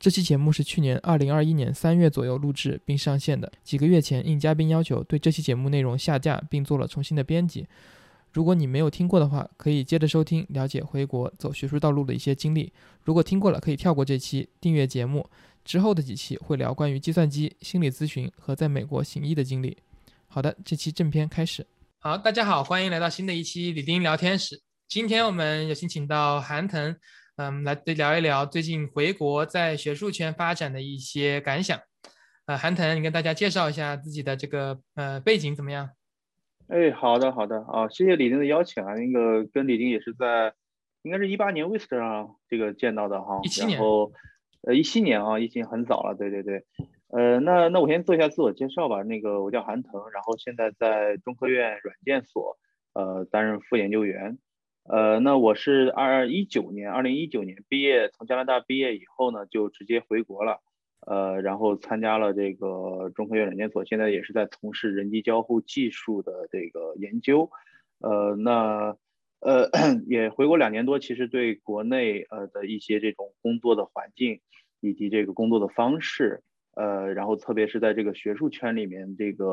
这期节目是去年2021年3月左右录制并上线的，几个月前应嘉宾要求对这期节目内容下架，并做了重新的编辑。如果你没有听过的话，可以接着收听，了解回国走学术道路的一些经历。如果听过了，可以跳过这期，订阅节目。之后的几期会聊关于计算机、心理咨询和在美国行医的经历。好的，这期正片开始。好，大家好，欢迎来到新的一期李丁聊天室。今天我们有幸请到韩腾，来聊一聊最近回国在学术圈发展的一些感想。韩腾，你跟大家介绍一下自己的这个背景怎么样？ 哎，好的好的啊，谢谢李丁的邀请啊。跟李丁也是在，应该是18年 Whist 上见到的哈。 17年。 然后17年啊，已经很早了，对对对。那我先做一下自我介绍吧。我叫韩腾，然后现在在中科院软件所担任副研究员。那我是2019年毕业，从加拿大毕业以后呢，就直接回国了。然后参加了这个中科院软件所，现在也是在从事人机交互技术的这个研究。呃，那也回国2年多，其实对国内的一些这种工作的环境以及这个工作的方式，然后特别是在这个学术圈里面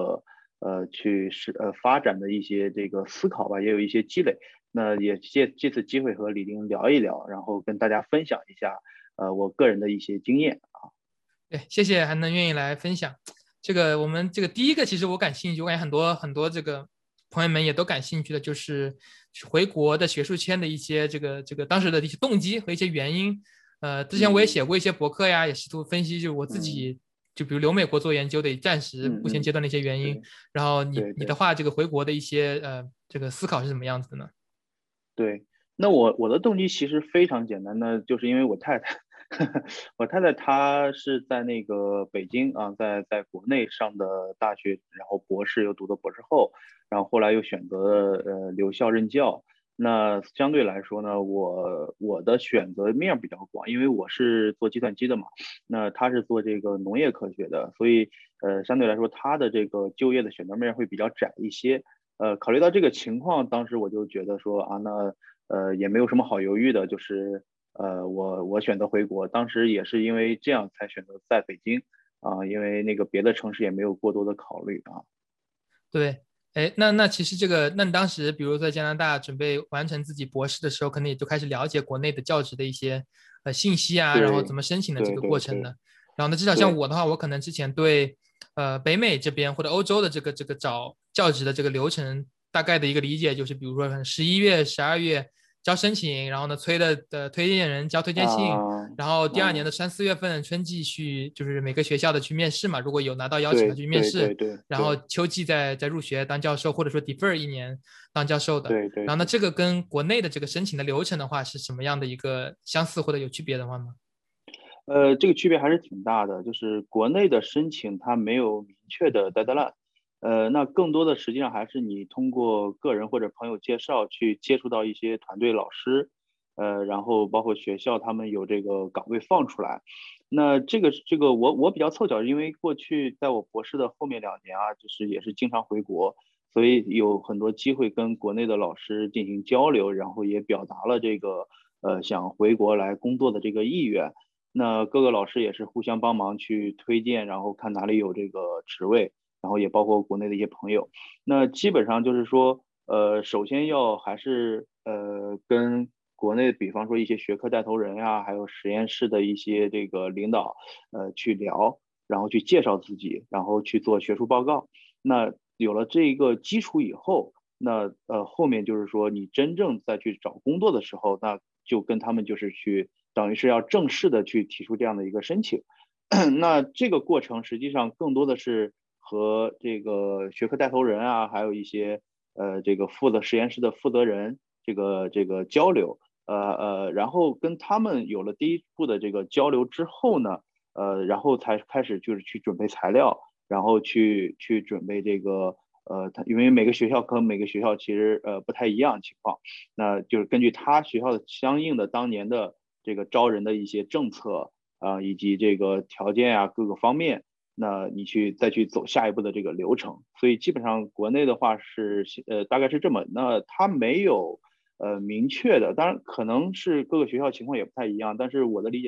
发展的一些这个思考吧，也有一些积累。那也借此机会和李丁聊一聊，然后跟大家分享一下我个人的一些经验。 对，谢谢韩能愿意来分享。我们第一个，其实我感兴趣，我感觉很多很多朋友们也都感兴趣的，就是回国的学术圈的一些当时的一些动机和一些原因。之前我也写过一些博客呀，也试图分析，就是我自己就比如留美国做研究的暂时目前阶段的一些原因。然后你的话，回国的一些思考是什么样子的呢？ 对，那我的动机其实非常简单的，就是因为我太太，我太太她是在那个北京啊，在国内上的大学，然后博士又读的博士后，然后后来又选择留校任教。那相对来说呢，我的选择面比较广，因为我是做计算机的嘛，那他是做这个农业科学的，所以相对来说他的这个就业的选择面会比较窄一些。考虑到这个情况，当时我就觉得说啊，那也没有什么好犹豫的，就是我选择回国。当时也是因为这样才选择在北京啊，因为那个别的城市也没有过多的考虑啊。 对，哎，那其实那你当时比如在加拿大准备完成自己博士的时候，可能也就开始了解国内的教职的一些信息啊，然后怎对么申请的这对个过对对程的。然后呢，至少像对， 我的话，我可能之前对北美这边或者欧洲的找教职的这个流程大概的一个理解，就是比如说11月、12月交申请，然后呢推荐人交推荐信， 啊然后第二年啊， 的3、4月份春季去就是每个学校的去面试嘛，如果有拿到邀请对的去面对对试。 对然后对秋季再入学当教授，或者说 defer 1年当教授的。然后呢， 对对对。 这个跟国内的这个申请的流程的话，是什么样的一个相似或者有区别的话吗？ 这个区别还是挺大的，就是国内的申请它没有明确的 deadline，那更多的实际上还是你通过个人或者朋友介绍去接触到一些团队老师，然后包括学校他们有这个岗位放出来。那这个我比较凑巧，因为过去在我博士的后面2年啊，就是也是经常回国，所以有很多机会跟国内的老师进行交流，然后也表达了这个想回国来工作的这个意愿。那各个老师也是互相帮忙去推荐，然后看哪里有这个职位，然后也包括国内的一些朋友。那基本上就是说，首先要还是跟国内，比方说一些学科带头人呀，还有实验室的一些这个领导，去聊，然后去介绍自己，然后去做学术报告。那有了这一个基础以后，那后面就是说你真正再去找工作的时候，那就跟他们就是去等于是要正式的去提出这样的一个申请。那这个过程实际上更多的是和这个学科带头人啊，还有一些这个实验室的负责人这个交流，然后跟他们有了第一步的这个交流之后呢，然后才开始就是去准备材料，然后去准备这个因为每个学校和每个学校其实不太一样情况，那就是根据他学校的相应的当年的这个招人的一些政策以及这个条件啊各个方面，那你再去走下一步的这个流程。所以基本上国内的话是大概是这么，那他没有明确的，当然可能是各个学校情况也不太一样，但是我的理解就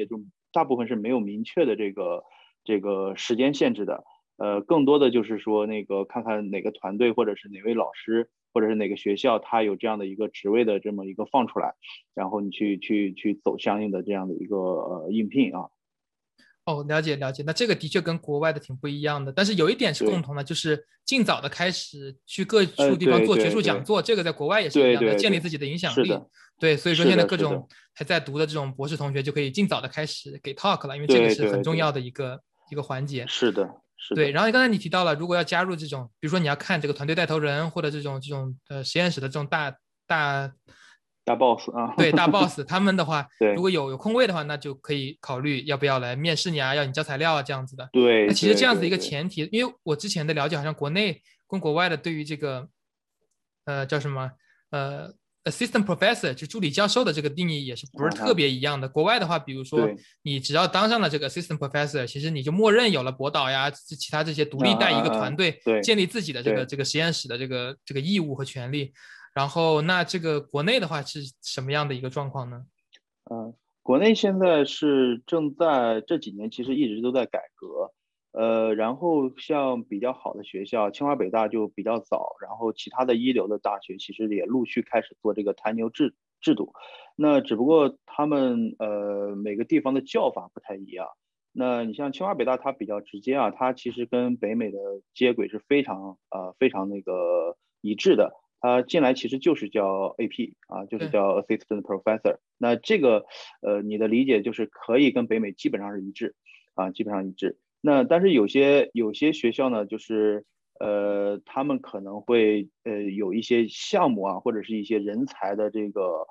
大部分是没有明确的这个时间限制的。更多的就是说那个看看哪个团队或者是哪位老师或者是哪个学校，他有这样的一个职位的这么一个放出来，然后你去走相应的这样的一个应聘啊。 哦，了解了解，那这个的确跟国外的挺不一样的，但是有一点是共对， 同的，就是尽早的开始去各处地方对做学术对对讲座，这个在国外也是一样的， 对对对， 建立自己的影响力。 是的， 对，所以说是的， 现在各种是的， 还在读的这种博士同学就可以尽早的开始给 talk 了，因为这个对是很对对， 重要的一个环节。 是的，是对， 的， 然后刚才你提到了，如果要加入这种，比如说你要看这个团队带头人或者这种实验室的这种大大 boss 啊， 对大 boss 他们的话，如对果有空位的话，那就可以考虑要不要来面试你啊，要你交材料啊这样子的。那对其实这样子的一个对对对， 前提，因为我之前的了解，好像国内跟国外的对于这个叫什么呃 assistant professor 就助理教授的这个定义也是不是特啊哈， 别一样的。国外的话，比如说对， 你只要当上了这个 assistant professor，其实你就默认有了博导呀，其他这些独啊立带一个团啊啊， 队， 对建立自己的这个对， 这个实验室的这个义务和权利。然后，那这个国内的话是什么样的一个状况呢？ 国内现在是正在这几年其实一直都在改革，然后像比较好的学校，清华北大就比较早，然后其他的一流的大学其实也陆续开始做这个台牛制度，那只不过他们每个地方的叫法不太一样。那你像清华北大，它比较直接啊，它其实跟北美的接轨是非常那个一致的。它进来其实就是叫 AP 啊，就是对， 叫 Assistant Professor。那这个你的理解就是可以跟北美基本上是一致啊，基本上一致。那但是有些学校呢，就是他们可能会有一些项目啊，或者是一些人才的这个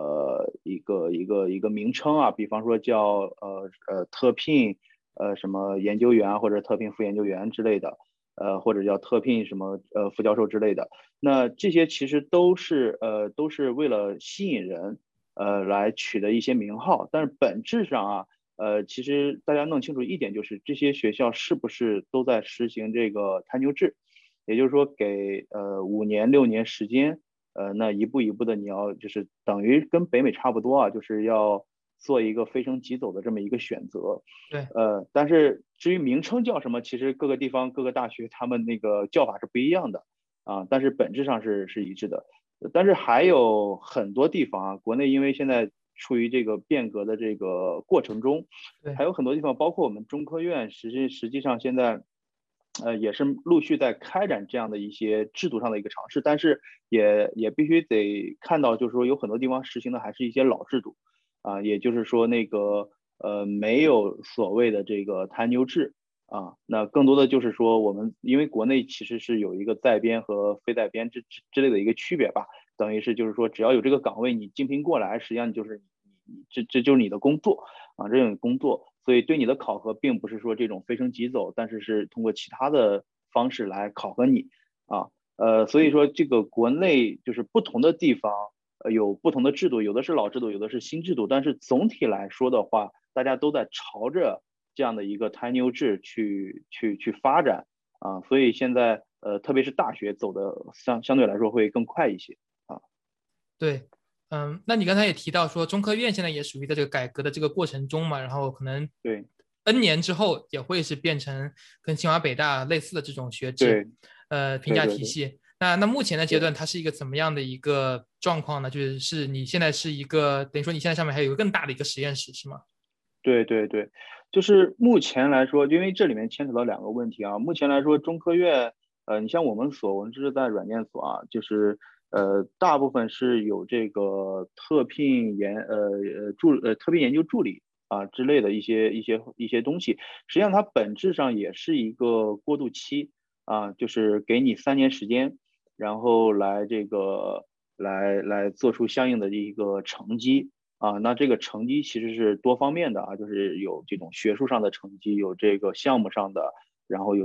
一个名称啊，比方说叫特聘什么研究员或者特聘副研究员之类的，或者叫特聘什么副教授之类的。那这些其实都是为了吸引人来取的一些名号，但是本质上啊。其实大家弄清楚一点，就是这些学校是不是都在实行这个残留制，也就是说给5年6年时间，那一步一步的你要就是等于跟北美差不多啊，就是要做一个飞升急走的这么一个选择。 对， 但是至于名称叫什么，其实各个地方各个大学他们那个叫法是不一样的啊，但是本质上是一致的。但是还有很多地方啊，国内因为现在处于这个变革的这个过程中， 对， 还有很多地方，包括我们中科院，实际上现在，也是陆续在开展这样的一些制度上的一个尝试，但是也必须得看到，就是说有很多地方实行的还是一些老制度，啊，也就是说那个没有所谓的这个残留制。啊，那更多的就是说，我们因为国内其实是有一个在编和非在编之类的一个区别吧，等于是就是说，只要有这个岗位，你竞聘过来，实际上就是这就是你的工作啊，这种工作，所以对你的考核并不是说这种飞升急走，但是通过其他的方式来考核你啊，所以说这个国内就是不同的地方有不同的制度，有的是老制度，有的是新制度，但是总体来说的话，大家都在朝着这样的一个 tenure 制去发展啊，所以现在特别是大学走的相对来说会更快一些啊。 对，那你刚才也提到说，中科院现在也属于在这个改革的这个过程中嘛，然后可能对 N 年之后也会是变成跟清华北大类似的这种学制， 对评价对对对体系。那目前的阶对段，它是一个怎么样的一个状况呢？就是你现在是一个等于说你现在上面还有一个更大的一个实验室是吗？ 对对对，就是目前来说，因为这里面牵扯到两个问题啊。目前来说，中科院，你像我们这是在软件所啊，就是大部分是有这个特聘研究助理啊之类的一些东西。实际上，它本质上也是一个过渡期啊，就是给你3年时间，然后来这个来做出相应的一个成绩。啊，那这个成绩其实是多方面的啊，就是有这种学术上的成绩，有这个项目上的，然后有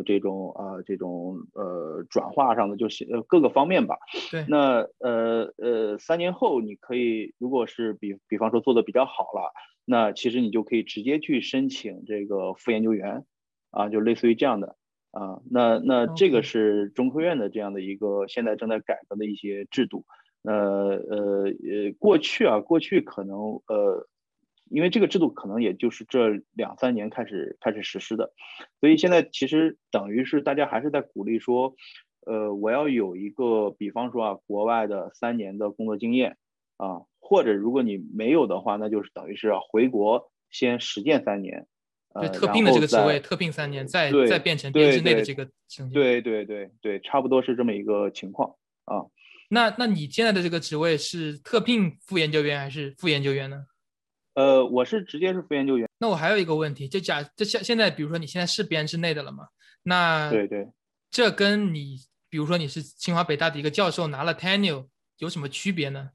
这种转化上的，就是各个方面吧。 对那3年后你可以，如果是比方说做的比较好了，那其实你就可以直接去申请这个副研究员啊，就类似于这样的啊。那这个 ，OK， 是中科院的这样的一个现在正在改革的一些制度。过去可能因为这个制度可能也就是这2-3年开始实施的，所以现在其实等于是大家还是在鼓励说，我要有一个，比方说啊，国外的3年的工作经验啊，或者如果你没有的话，那就是等于是要回国先实践3年， 就特然聘的这个职位后再特聘3年，再对变成编制内的对对这个升迁。 对对对对，差不多是这么一个情况啊。 那你现在的这个职位是特聘副研究员还是副研究员呢？ 我是直接是副研究员。 那我还有一个问题，就现在，比如说你现在是编制内的了嘛？那对对。 这跟你比如说你是清华北大的一个教授拿了 tenure 有什么区别呢？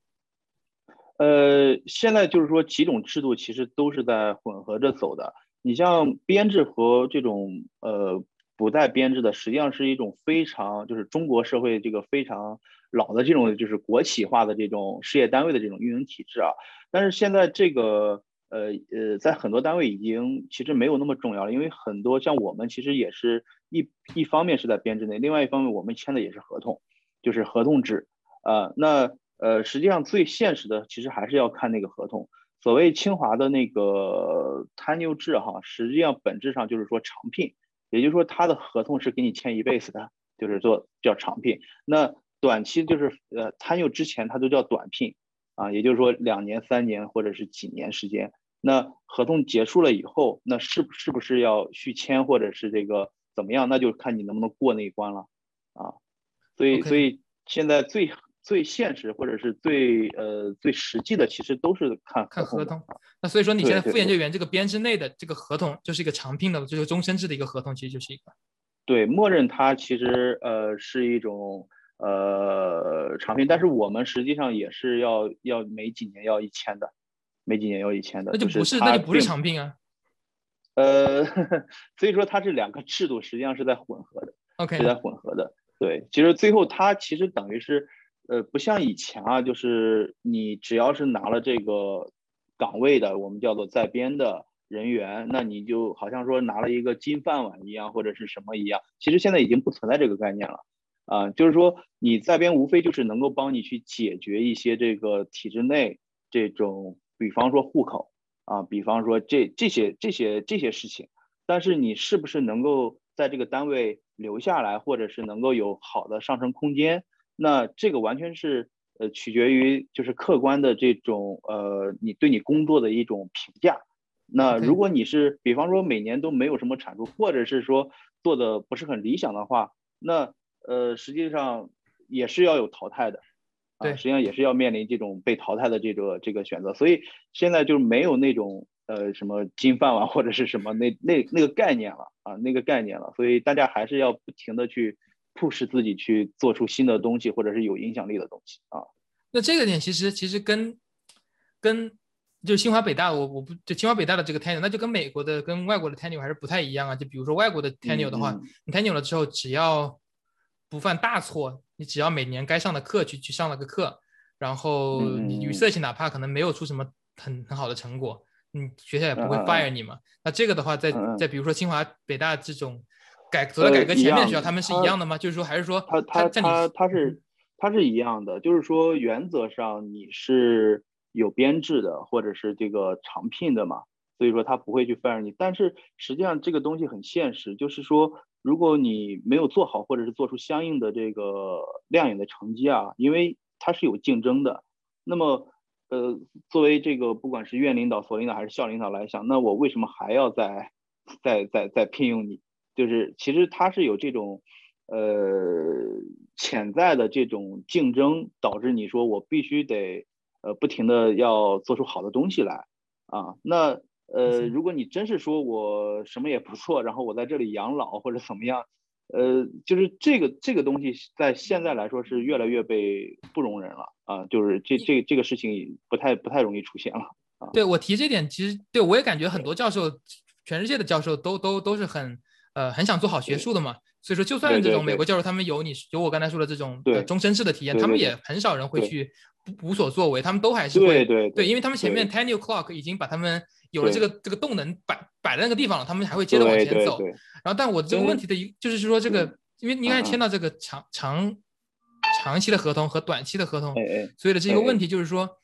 现在就是说几种制度其实都是在混合着走的。你像编制和这种不带编制的，实际上是一种非常就是中国社会这个非常老的这种就是国企化的这种事业单位的这种运营体制啊。但是现在这个在很多单位已经其实没有那么重要了，因为很多像我们其实也是一方面是在编制内，另外一方面我们签的也是合同，就是合同制。那实际上最现实的其实还是要看那个合同。所谓清华的那个 tenure 制哈，实际上本质上就是说长聘，也就是说他的合同是给你签一辈子的，就是做叫长聘。那短期就是tenure之前它都叫短聘啊，也就是说2年、3年或者是几年时间。那合同结束了以后，那是不是要续签或者是这个怎么样？那就看你能不能过那一关了啊。所 OK， 以现在最现实或者是最实际的，其实都是看合同的。 看合同。那所以说你现在对对对副研究员这个编制内的这个合同就是一个长聘的，就是终身制的一个合同，其实就是一个。 对，默认它其实是一种长聘，但是我们实际上也是要每几年要一签的，每几年要一签的，就是那就不是它并长聘啊。 呃，所以说它是2个制度，实际上是在混合的，是 OK， 在混合的。对，其实最后它其实等于是，不像以前啊，就是你只要是拿了这个岗位的，我们叫做在编的人员，那你就好像说拿了一个金饭碗一样，或者是什么一样。其实现在已经不存在这个概念了啊，就是说你在编无非就是能够帮你去解决一些这个体制内这种，比方说户口。啊，比方说这些事情，但是你是不是能够在这个单位留下来，或者是能够有好的上升空间，那这个完全是取决于就是客观的这种你对你工作的一种评价。那 OK， 如果你是比方说每年都没有什么产出，或者是说做的不是很理想的话，那实际上也是要有淘汰的。啊，实对。 际上也是要面临这种被淘汰的这个选择，所以现在就没有那种什么金饭碗或者是什么那个概念了啊，那个概念了，所以大家还是要不停的去 push 自己去做出新的东西，或者是有影响力的东西啊。 那这个点其实跟就是清华北大，我不就清华北大的这个 tenure，那就跟美国的跟外国的 tenure 还是不太一样啊。就比如说外国的 tenure 的话， 嗯嗯你 tenure 了之后，只要不犯大错，你只要每年该上的课去上了个课，然嗯后你嗯嗯 research 哪怕可能没有出什么很好的成果，学校也不会嗯嗯 fire 你嘛。那这个的话在， 嗯嗯在比如说清华北大这种走在改革一样， 前面的学校，他们是一样的吗？就是说还是说它它像你， 它它是它是一样的，就是说原则上你是有编制的，或者是这个长聘的嘛，所以说他不会去 fire 你。但是实际上这个东西很现实，就是说如果你没有做好，或者是做出相应的这个亮眼的成绩啊，因为它是有竞争的，那么作为这个不管是院领导、所领导还是校领导来讲，那我为什么还要再聘用你？就是其实它是有这种潜在的这种竞争，导致你说我必须得不停的要做出好的东西来啊。那如果你真是说我什么也不做，然后我在这里养老或者怎么样，就是这个东西在现在来说是越来越被不容忍了啊，就是这个事情不太容易出现了啊。 对我提这点，其实对我也感觉很多教授，全世界的教授都是很想做好学术的嘛。所以说，就算这对对对种美国教授他们有我刚才说的这种对终身制的体验，他们对对对也很少人会对去无所作为，他们都还是会对， 对对对因为他们前面对 tenure clock 已经把他们有了这个对这个动能摆在那个地方了，他们还会接着往对前走。 对对， 然后，但我这个问题的就是说这个，因为你刚才签到这个长期的合同和短期的合同， 哎哎所以的这个问哎哎题就是说。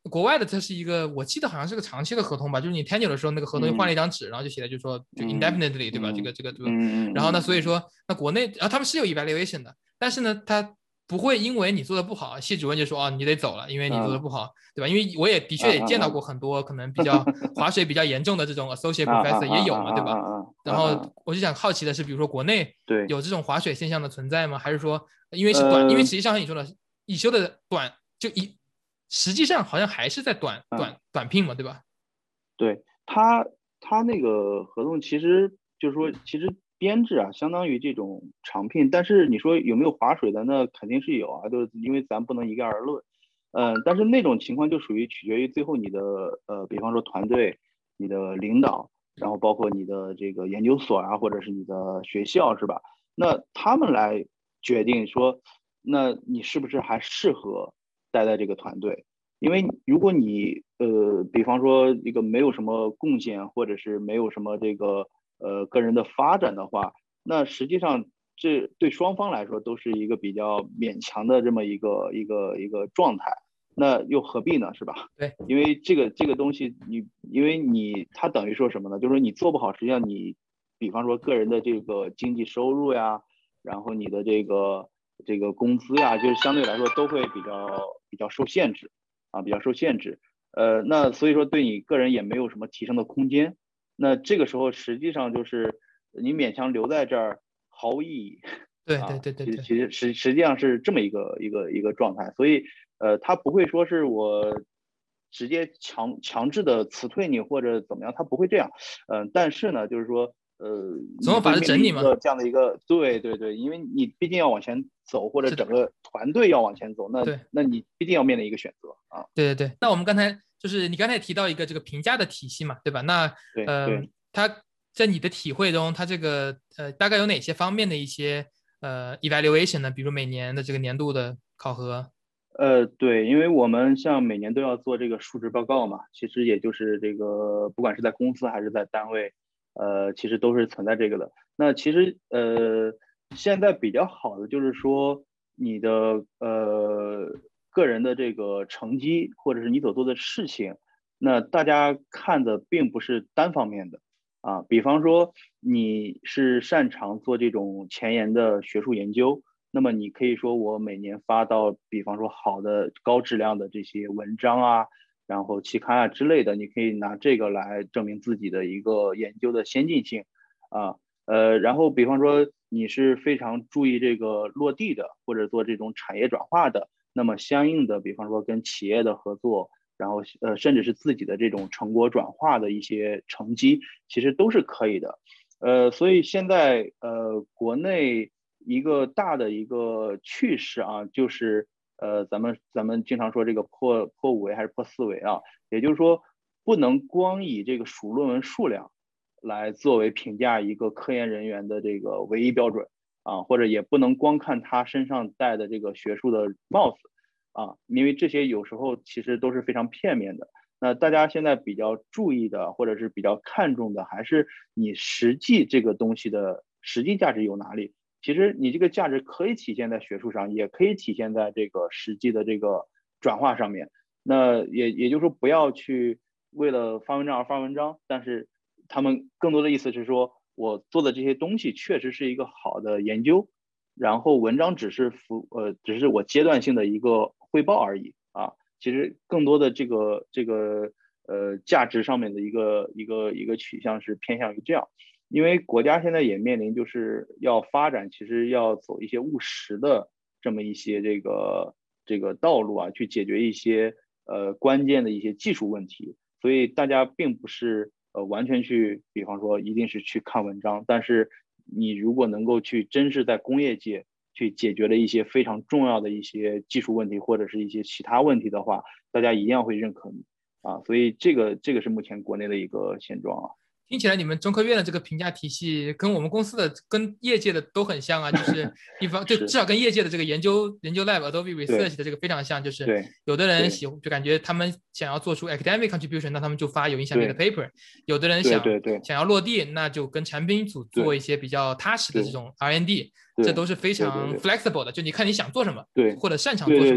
国外的它是一个，我记得好像是个长期的合同吧，就是你 tenure 的时候，那个合同就换了一张纸，然后就写的就是说就 indefinitely，对吧？这个对吧？然后呢，所以说那国内他们是有 evaluation 的，但是呢，他不会因为你做的不好，系主任就说你得走了，因为你做的不好，对吧？因为我也的确也见到过很多可能比较划水比较严重的这种 associate professor 也有嘛，对吧？然后我就想好奇的是，比如说国内有这种划水现象的存在吗？还是说因为是短，因为实际上像你说的，已修的短就实际上好像还是在短聘嘛，对吧？ 对，他那个合同其实就是说，其实编制啊，相当于这种长聘，但是你说有没有划水的，那肯定是有啊，就是因为咱不能一概而论。但是那种情况就属于取决于最后你的比方说团队、你的领导，然后包括你的这个研究所啊，或者是你的学校，是吧？那他们来决定说，那你是不是还适合待在这个团队？因为如果你比方说一个没有什么贡献，或者是没有什么这个个人的发展的话，那实际上这对双方来说都是一个比较勉强的这么一个状态，那又何必呢，是吧？ 对， 因为这个东西因为它等于说什么呢？就是说你做不好，实际上你比方说个人的这个经济收入呀，然后你的这个工资呀，就是相对来说都会比较受限制。比较受限制，那所以说对你个人也没有什么提升的空间，那这个时候实际上就是你勉强留在这儿毫无意义， 对对对对对， 其实实际上是这么一个状态，所以他不会说是我直接强制的辞退你或者怎么样，他不会这样，但是呢，就是说总有法子整你嘛， 这样的一个对对对，因为你毕竟要往前走，或者整个团队要往前走，那你必定要面临一个选择啊。 对对对，那我们刚才就是你刚才也提到一个这个评价的体系嘛，对吧？那它在你的体会中，它这个大概有哪些方面的一些evaluation 呢？比如每年的这个年度的考核。 对，因为我们像每年都要做这个述职报告嘛，其实也就是这个，不管是在公司还是在单位，其实都是存在这个的。那其实现在比较好的就是说你的个人的这个成绩，或者是你所做的事情，那大家看的并不是单方面的比方说你是擅长做这种前沿的学术研究。那么你可以说我每年发到，比方说好的高质量的这些文章啊，然后期刊啊之类的，你可以拿这个来证明自己的一个研究的先进性然后比方说你是非常注意这个落地的，或者做这种产业转化的，那么相应的，比方说跟企业的合作，然后甚至是自己的这种成果转化的一些成绩，其实都是可以的。所以现在国内一个大的一个趋势就是咱们经常说这个破5维还是破4维也就是说不能光以这个数论文数量来作为评价一个科研人员的这个唯一标准或者也不能光看他身上戴的这个学术的帽子因为这些有时候其实都是非常片面的。那大家现在比较注意的，或者是比较看重的，还是你实际这个东西的实际价值有哪里？其实你这个价值可以体现在学术上，也可以体现在这个实际的这个转化上面。那也就是说，不要去为了发文章而发文章，但是他们更多的意思是说，我做的这些东西确实是一个好的研究，然后文章只是我阶段性的一个汇报而已其实更多的这个价值上面的一个取向是偏向于这样，因为国家现在也面临就是要发展，其实要走一些务实的这么一些这个道路去解决一些关键的一些技术问题，所以大家并不是完全去，比方说一定是去看文章，但是你如果能够去真是在工业界去解决了一些非常重要的一些技术问题或者是一些其他问题的话，大家一样会认可你所以这个是目前国内的一个现状听起来你们中科院的这个评价体系跟我们公司的、跟业界的都很像就是一方就至少跟业界的这个研究 lab Adobe Research 的这个非常像，就是有的人就感觉他们想要做出 academic contribution， 那他们就发有影响力的 paper， 有的人想要落地，那就跟产品组做一些比较踏实的这种 R&D， 这都是非常 flexible 的，就你看你想做什么，或者擅长做什么。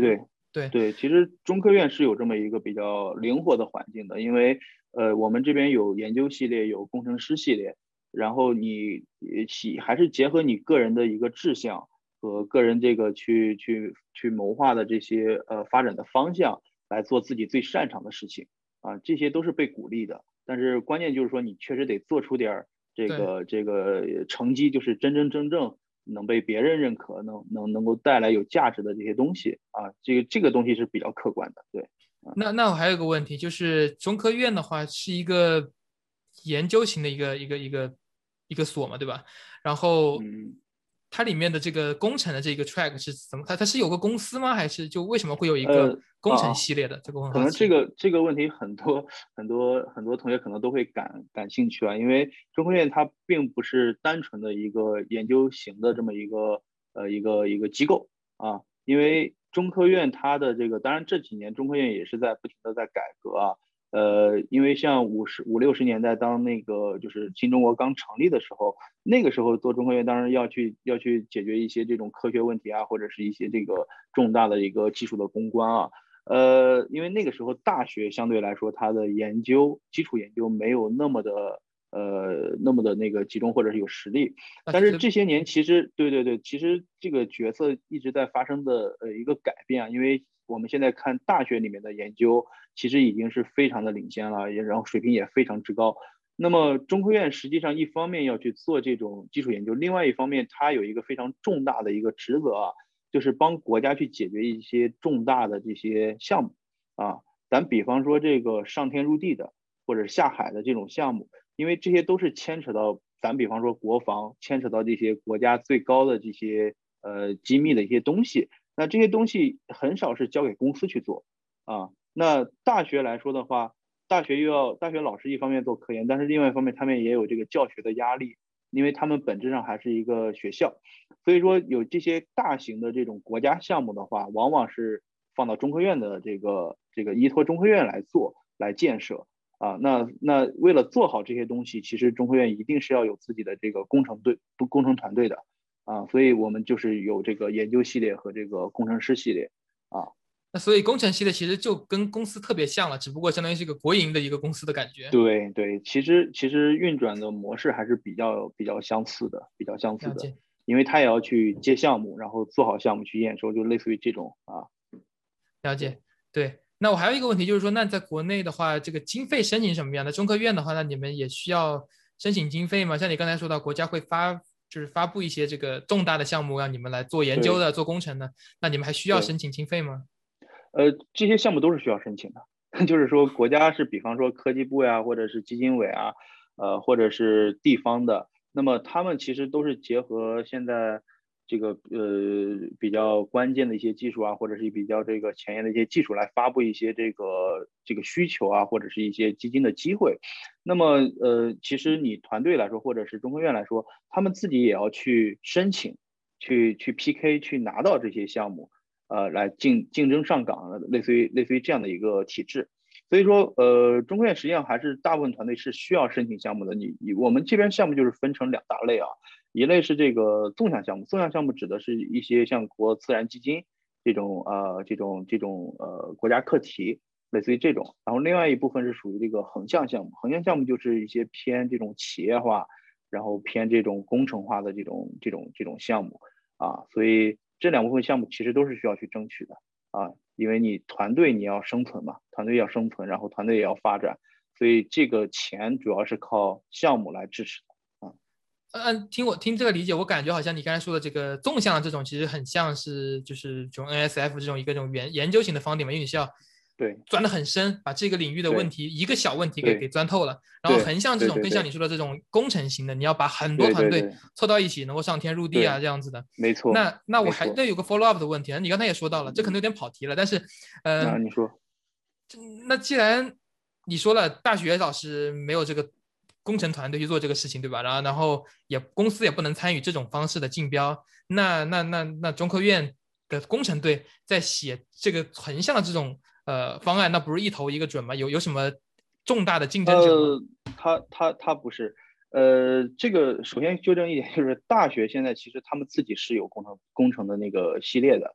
对对，其实中科院是有这么一个比较灵活的环境的，因为我们这边有研究系列，有工程师系列，然后你还是结合你个人的一个志向和个人这个去谋划的这些发展的方向来做自己最擅长的事情啊，这些都是被鼓励的。但是关键就是说，你确实得做出点儿对。 这个成绩，就是真真正正能被别人认可，能够带来有价值的这些东西啊，这个东西是比较客观的，对。 那我还有个问题，就是中科院的话是一个研究型的一个所嘛，对吧？然后嗯。 它里面的这个工程的这个 track 是怎么？它是有个公司吗？还是就为什么会有一个工程系列的？这个我很可能这好奇。 个这个问题很多同学可能都会感兴趣啊，因为中科院它并不是单纯的一个研究型的这么一个机构啊，因为中科院它的这个，当然这几年中科院也是在不停的在改革啊，因为像50、60年代当那个就是新中国刚成立的时候，那个时候做中科院当然要去解决一些这种科学问题啊，或者是一些这个重大的一个技术的攻关啊。因为那个时候大学相对来说，它的基础研究没有那么的那个集中或者是有实力，但是这些年其实对对对，其实这个角色一直在发生的一个改变啊，因为我们现在看大学里面的研究，其实已经是非常的领先了，然后水平也非常之高。那么中科院实际上一方面要去做这种基础研究，另外一方面它有一个非常重大的一个职责啊，就是帮国家去解决一些重大的这些项目啊，咱比方说这个上天入地的或者下海的这种项目，因为这些都是牵扯到咱比方说国防，牵扯到这些国家最高的这些机密的一些东西，那这些东西很少是交给公司去做啊。那大学来说的话，大学老师一方面做科研，但是另外一方面他们也有这个教学的压力，因为他们本质上还是一个学校，所以说有这些大型的这种国家项目的话，往往是放到中科院的这个依托中科院来做来建设啊。那为了做好这些东西，其实中科院一定是要有自己的这个工程团队的啊，所以我们就是有这个研究系列和这个工程师系列啊。 那所以工程系的其实就跟公司特别像了，只不过相当于是一个国营的一个公司的感觉。 对对，其实运转的模式还是比较相似的，比较相似的， 了解因为他也要去接项目，然后做好项目去验收，就类似于这种啊。对。 了解，对。那我还有一个问题就是说，那在国内的话，这个经费申请什么样的？中科院的话，那你们也需要申请经费吗？像你刚才说到，国家会就是发布一些这个重大的项目让你们来做研究对的、做工程的，那你们还需要对。 申请经费吗？ 这些项目都是需要申请的，就是说国家是比方说科技部呀，或者是基金委啊，或者是地方的，那么他们其实都是结合现在这个比较关键的一些技术啊，或者是比较这个前沿的一些技术来发布一些这个需求啊，或者是一些基金的机会。那么其实你团队来说，或者是中科院来说，他们自己也要去申请，去 PK，去拿到这些项目。来竞争上岗，类似于这样的一个体制。所以说，中科院实际上还是大部分团队是需要申请项目的。我们这边项目就是分成两大类啊，一类是这个纵向项目，纵向项目指的是一些像国自然基金这种国家课题，类似于这种。然后另外一部分是属于这个横向项目，横向项目就是一些偏这种企业化，然后偏这种工程化的这种项目。啊，所以这两部分项目其实都是需要去争取的啊，因为你团队你要生存嘛，团队要生存，然后团队也要发展，所以这个钱主要是靠项目来支持的啊。 听这个理解，我感觉好像你刚才说的这个纵向的这种，其实很像是就是这种 NSF 这种一个这种研究型的方 u 嘛，因为你是要对钻得很深，把这个领域的问对题一个小问题给对钻透了。然后对横向这种更像你对对对说的这种工程型的，你要把很多团队对对对凑到一起，能够上天入地啊对， 这样子的。 没错那我没错。 还有个 follow up 的问题啊，你刚才也说到了，这可能有嗯， 点跑题了，但是嗯、 那你说。 那既然你说了大学老师没有这个工程团队去做这个事情，对吧？然后公司也不能参与这种方式的竞标，那中科院的工程队在写这个横向的这种方案，那不是一头一个准吗？有什么重大的竞争者吗？ 呃，他不是，这个首先纠正一点，就是大学现在其实他们自己是有工程的那个系列的，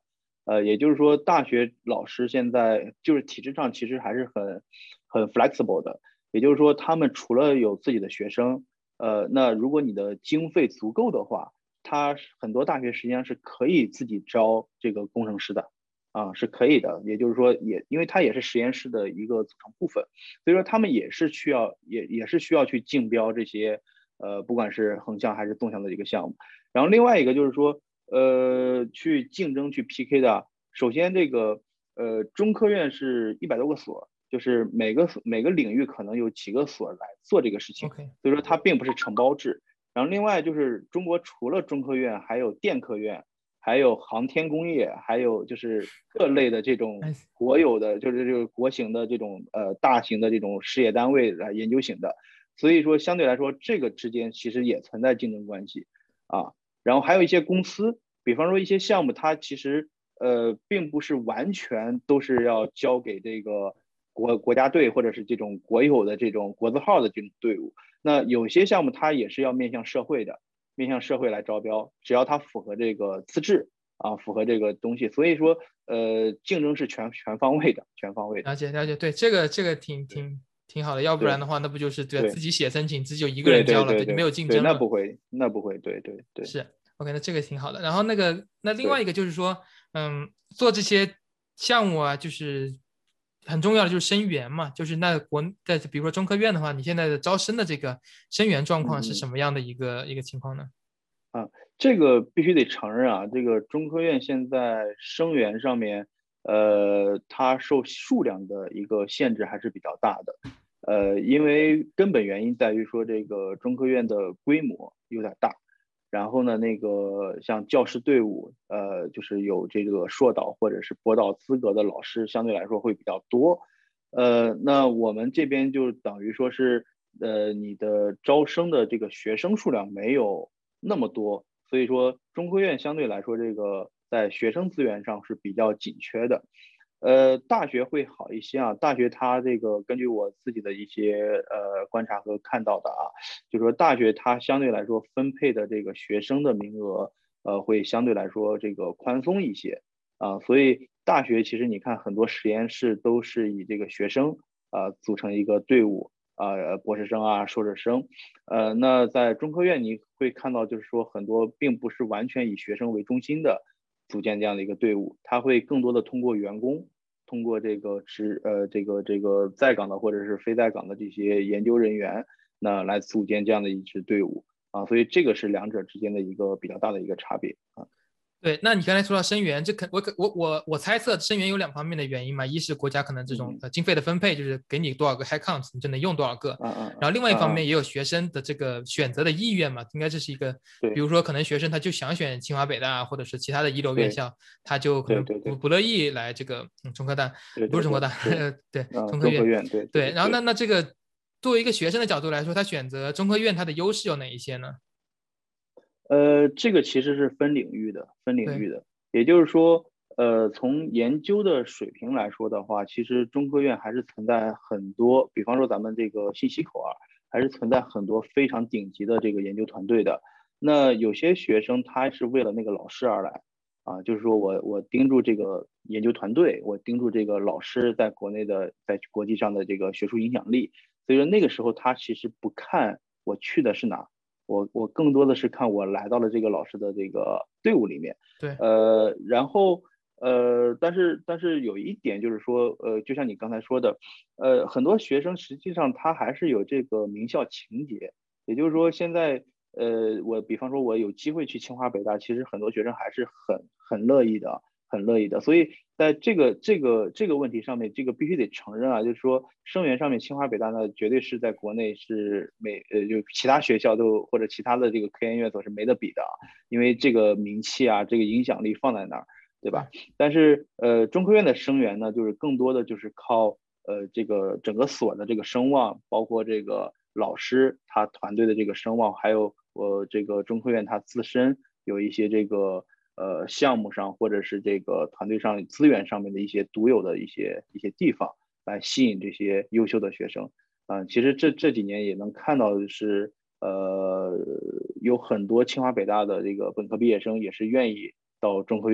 也就是说，大学老师现在就是体制上其实还是很 flexible 的，也就是说，他们除了有自己的学生，那如果你的经费足够的话，他很多大学实际上是可以自己招这个工程师的。是可以的，也就是说因为它也是实验室的一个组成部分，所以说他们也是需要去竞标这些不管是横向还是纵向的一个项目。然后另外一个就是说去竞争去 PK 的，首先这个中科院是100多个所，就是每个领域可能有几个所来做这个事情， OK， 所以说它并不是承包制。然后另外就是中国除了中科院，还有电科院，还有航天工业，还有就是各类的这种国有的，就是这个国型的这种大型的这种事业单位来研究型的，所以说相对来说这个之间其实也存在竞争关系啊。然后还有一些公司，比方说一些项目，它其实并不是完全都是要交给这个国家队或者是这种国有的这种国字号的这种队伍。那有些项目它也是要面向社会的，面向社会来招标，只要它符合这个资质符合这个东西，所以说竞争是全方位的，全方位的。 了解了解，对，这个挺好的，要不然的对话，那不就是对自对己写申请，自己就一个对人交了，对，就没对对对有竞对， 争了。 那不会，对对对是，OK，那这个挺好的。然后那另外对。 一个就是说，做这些项目啊，就是很重要的就是生源嘛，就是在比如说中科院的话，你现在的招生的这个生源状况是什嗯嗯。 么样的一个情况呢？ 这个必须得承认这个中科院现在生源上面，它受数量的一个限制还是比较大的，因为根本原因在于说这个中科院的规模有点大，然后呢，那个像教师队伍，就是有这个硕导或者是博导资格的老师相对来说会比较多，那我们这边就等于说是，你的招生的这个学生数量没有那么多，所以说中科院相对来说这个在学生资源上是比较紧缺的。大学会好一些大学它这个根据我自己的一些观察和看到的就是说大学它相对来说分配的这个学生的名额会相对来说这个宽松一些所以大学其实你看很多实验室都是以这个学生组成一个队伍博士生硕士生，那在中科院你会看到就是说很多并不是完全以学生为中心的组建这样的一个队伍，它会更多的通过员工。通过这个这个在岗的或者是非在岗的这些研究人员，那来组建这样的一支队伍所以这个是两者之间的一个比较大的一个差别对，那你刚才说到生源，我猜测生源有两方面的原因嘛，一是国家可能这种经费的分配，就是给你多少个 head count，你就能用多少个，然后另外一方面也有学生的这个选择的意愿嘛，应该这是一个，比如说可能学生他就想选清华北大或者是其他的一流院校，他就可能不乐意来这个中科大，不是中科大，对，中科院，对，然后那这个作为一个学生的角度来说，他选择中科院，他的优势有哪一些呢？ 这个其实是分领域的，也就是说，从研究的水平来说的话，其实中科院还是存在很多，比方说咱们这个信息口还是存在很多非常顶级的这个研究团队的。那有些学生他是为了那个老师而来就是说我盯住这个研究团队，我盯住这个老师在国内的在国际上的这个学术影响力，所以说那个时候他其实不看我去的是哪。我更多的是看我来到了这个老师的这个队伍里面， 对， 然后但是有一点就是说，就像你刚才说的，很多学生实际上他还是有这个名校情节，也就是说现在我比方说我有机会去清华北大，其实很多学生还是很乐意的，很乐意的，所以在这个问题上面，这个必须得承认就是说生源上面，清华北大呢绝对是在国内是就其他学校都或者其他的这个科研院所是没得比的因为这个名气这个影响力放在那儿，对吧？但是中科院的生源呢，就是更多的就是靠这个整个所的这个声望，包括这个老师他团队的这个声望，还有这个中科院它自身有一些这个项目上或者是这个团队上资源上面的一些独有的一些地方，来吸引这些优秀的学生。其实这几年也能看到的是，有很多清华北大的这个本科毕业生也是愿意到中科院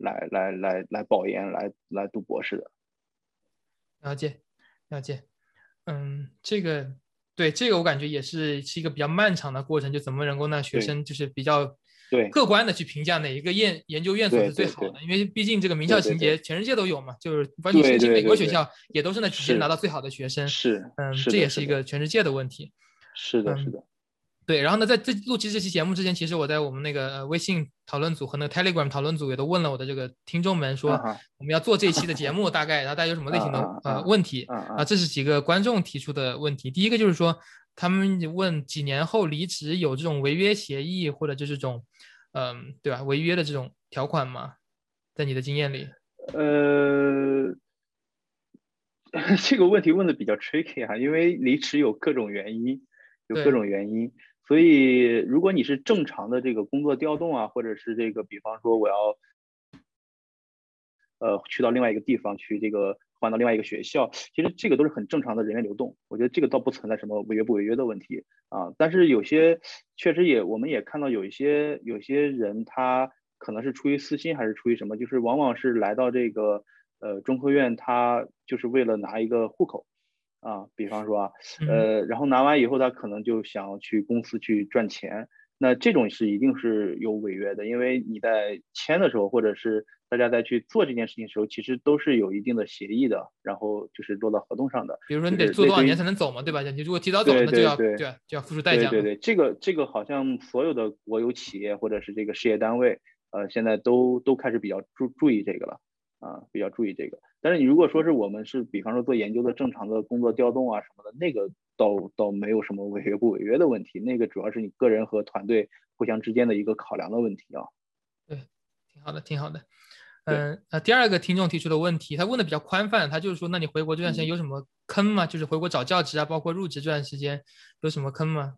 来保研来读博士的。 了解，了解。这个我感觉也是一个比较漫长的过程，就怎么能够让学对生就是比较对客观的去评价哪一个研究院所是最对对对好的，因为毕竟这个名校情节对对对全世界都有嘛，就是反正你申对请美国对对对， 学校也都是那几届拿是到最好的学生， 是的， 这也是一是的， 个全世界的问题。 是的，是嗯， 的。 对，然后呢，在录制这期节目之前，其实我在我们那个微信讨论组和那个 Telegram 讨论组也都问了我的这个听众们，说啊哈我们要做这一期的节目，大概然后大家有什么类型的问题啊？这是几个观众提出的问题。第一个就是说，他们问几年后离职有这种违约协议或者就是这种对吧，违约的这种条款吗？在你的经验里？ 呃，这个问题问的比较 tricky 哈，因为离职有各种原因，有各对， 种原因，所以如果你是正常的这个工作调动啊，或者是这个，比方说我要去到另外一个地方去这个换到另外一个学校，其实这个都是很正常的人员流动，我觉得这个倒不存在什么违约不违约的问题啊。但是有些确实我们也看到有一些人他可能是出于私心还是出于什么，就是往往是来到这个中科院，他就是为了拿一个户口啊，比方说然后拿完以后他可能就想去公司去赚钱。那这种是一定是有违约的，因为你在签的时候，或者是大家在去做这件事情的时候，其实都是有一定的协议的，然后就是落到合同上的， 比如说就你得做多少是类似于， 年才能走嘛，对吧？你如果提早走， 对那就对对要付出代价嘛。 对对对，这个好像所有的国有企业或者是这个事业单位，现在都开始比较注意这个了，比较注意这个。但是你如果说是我们是比方说做研究的正常的工作调动啊什么的，那个倒没有什么违约不违约的问题，那个主要是你个人和团队互相之间的一个考量的问题啊。 对，挺好的，挺好的。 对， 第二个听众提出的问题，他问的比较宽泛，他就是说，那你回国这段时间嗯。 有什么坑吗？就是回国找教职啊，包括入职这段时间有什么坑吗？